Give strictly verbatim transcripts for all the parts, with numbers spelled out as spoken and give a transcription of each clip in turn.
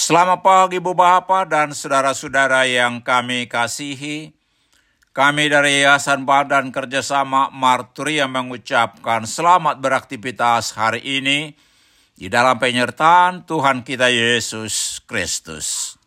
Selamat pagi Ibu Bapak dan saudara-saudara yang kami kasihi. Kami dari Yayasan Badan Kerjasama Marturia mengucapkan selamat beraktivitas hari ini di dalam penyertaan Tuhan kita Yesus Kristus.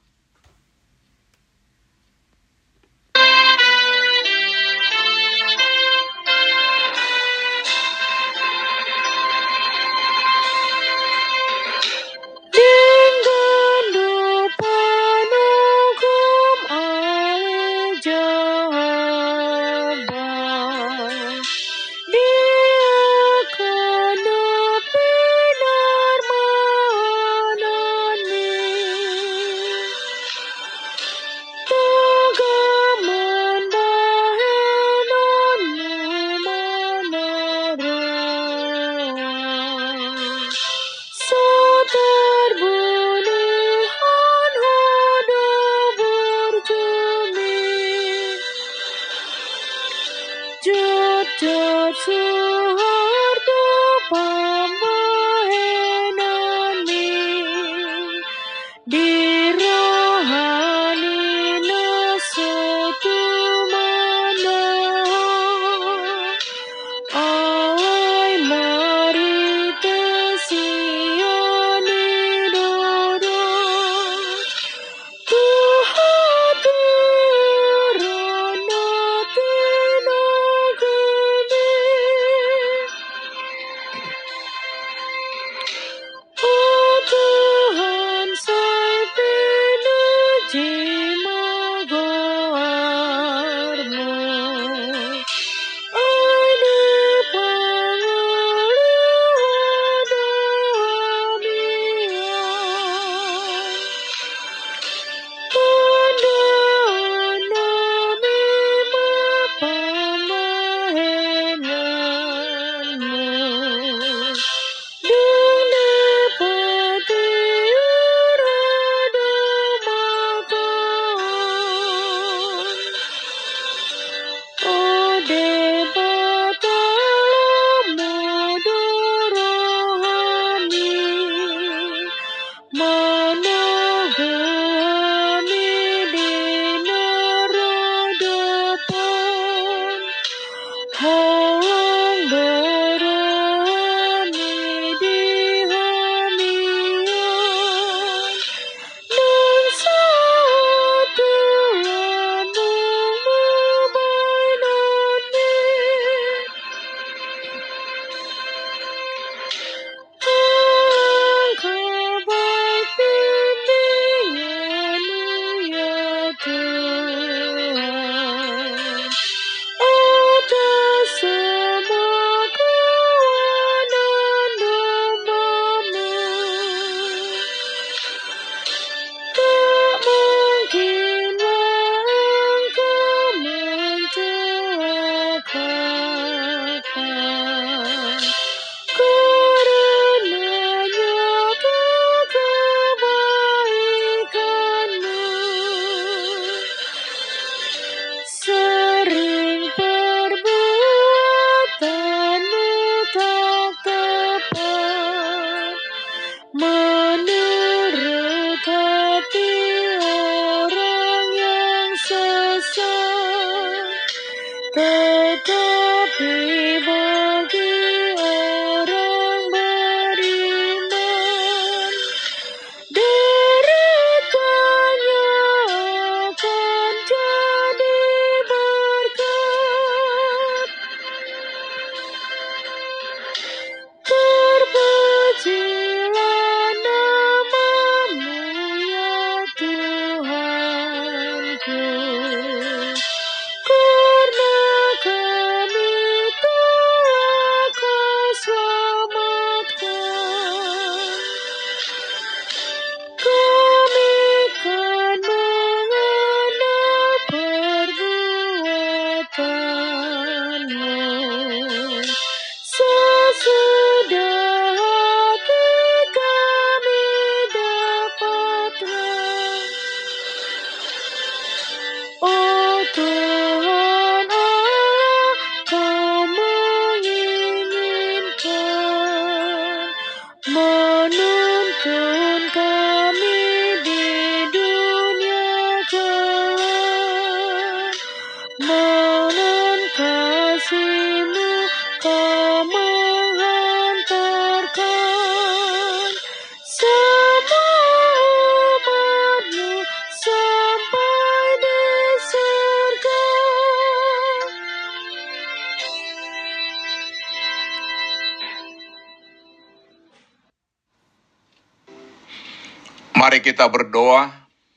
Mari kita berdoa.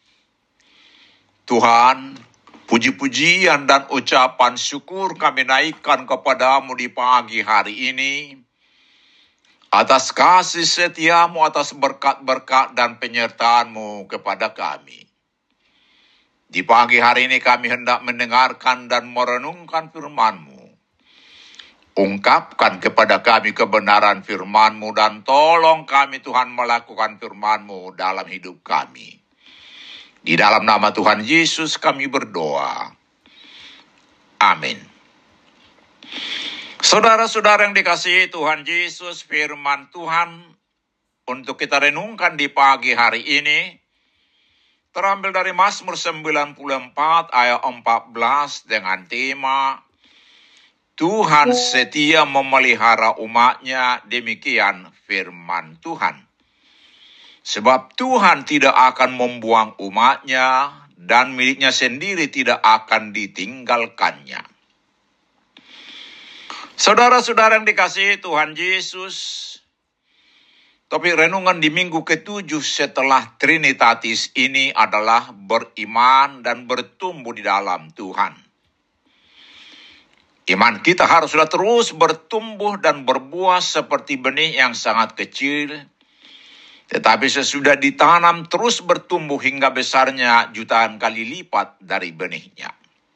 Tuhan, puji-pujian dan ucapan syukur kami naikkan kepadamu di pagi hari ini. Atas kasih setiamu, atas berkat-berkat dan penyertaanmu kepada kami. Di pagi hari ini kami hendak mendengarkan dan merenungkan firman-Mu. Ungkapkan kepada kami kebenaran firman-Mu dan tolong kami Tuhan melakukan firman-Mu dalam hidup kami. Di dalam nama Tuhan Yesus kami berdoa. Amin. Saudara-saudara yang dikasihi Tuhan Yesus, firman Tuhan untuk kita renungkan di pagi hari ini terambil dari Mazmur sembilan puluh empat ayat empat belas dengan tema Tuhan setia memelihara umat-Nya, demikian firman Tuhan. Sebab Tuhan tidak akan membuang umat-Nya dan miliknya sendiri tidak akan ditinggalkannya. Saudara-saudara yang dikasihi Tuhan Yesus, topik renungan di minggu ketujuh setelah Trinitatis ini adalah beriman dan bertumbuh di dalam Tuhan. Iman kita haruslah terus bertumbuh dan berbuah seperti benih yang sangat kecil, tetapi sesudah ditanam terus bertumbuh hingga besarnya jutaan kali lipat dari benihnya.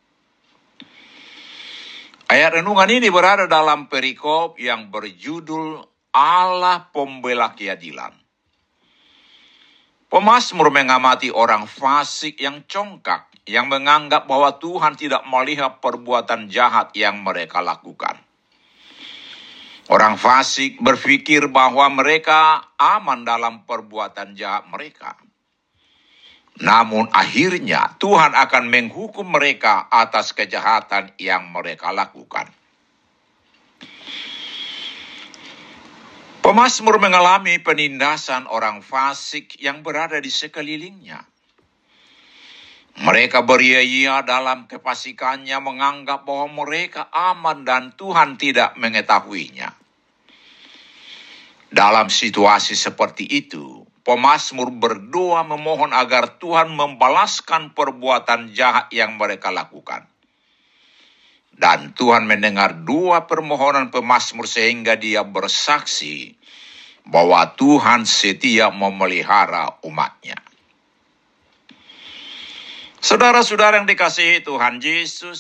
Ayat renungan ini berada dalam perikop yang berjudul Allah Pembela Keadilan. Pemazmur mengamati orang fasik yang congkak, yang menganggap bahwa Tuhan tidak melihat perbuatan jahat yang mereka lakukan. Orang fasik berpikir bahwa mereka aman dalam perbuatan jahat mereka. Namun akhirnya Tuhan akan menghukum mereka atas kejahatan yang mereka lakukan. Pemazmur mengalami penindasan orang fasik yang berada di sekelilingnya. Mereka beria-ia dalam kefasikannya, menganggap bahwa mereka aman dan Tuhan tidak mengetahuinya. Dalam situasi seperti itu, pemazmur berdoa memohon agar Tuhan membalaskan perbuatan jahat yang mereka lakukan. Dan Tuhan mendengar dua permohonan pemazmur sehingga dia bersaksi bahwa Tuhan setia memelihara umat-Nya. Saudara-saudara yang dikasihi Tuhan Yesus,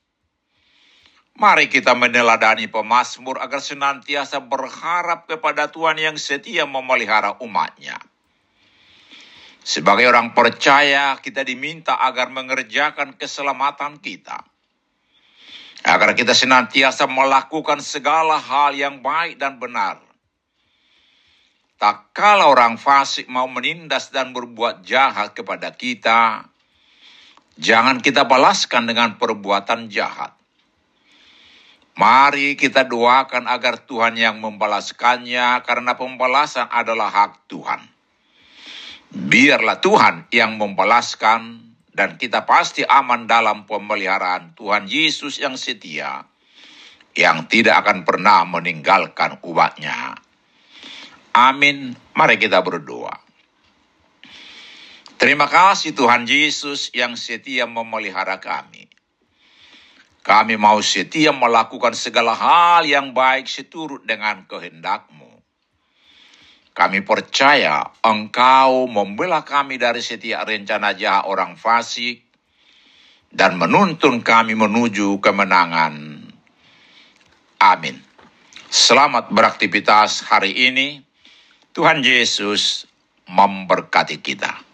mari kita meneladani pemazmur agar senantiasa berharap kepada Tuhan yang setia memelihara umat-Nya. Sebagai orang percaya, kita diminta agar mengerjakan keselamatan kita. Agar kita senantiasa melakukan segala hal yang baik dan benar. Tak kala orang fasik mau menindas dan berbuat jahat kepada kita, jangan kita balaskan dengan perbuatan jahat. Mari kita doakan agar Tuhan yang membalaskannya, karena pembalasan adalah hak Tuhan. Biarlah Tuhan yang membalaskan, dan kita pasti aman dalam pemeliharaan Tuhan Yesus yang setia, yang tidak akan pernah meninggalkan umat-Nya. Amin. Mari kita berdoa. Terima kasih Tuhan Yesus yang setia memelihara kami. Kami mau setia melakukan segala hal yang baik seturut dengan kehendak-Mu. Kami percaya Engkau membela kami dari setiap rencana jahat orang fasik dan menuntun kami menuju kemenangan. Amin. Selamat beraktivitas hari ini. Tuhan Yesus memberkati kita.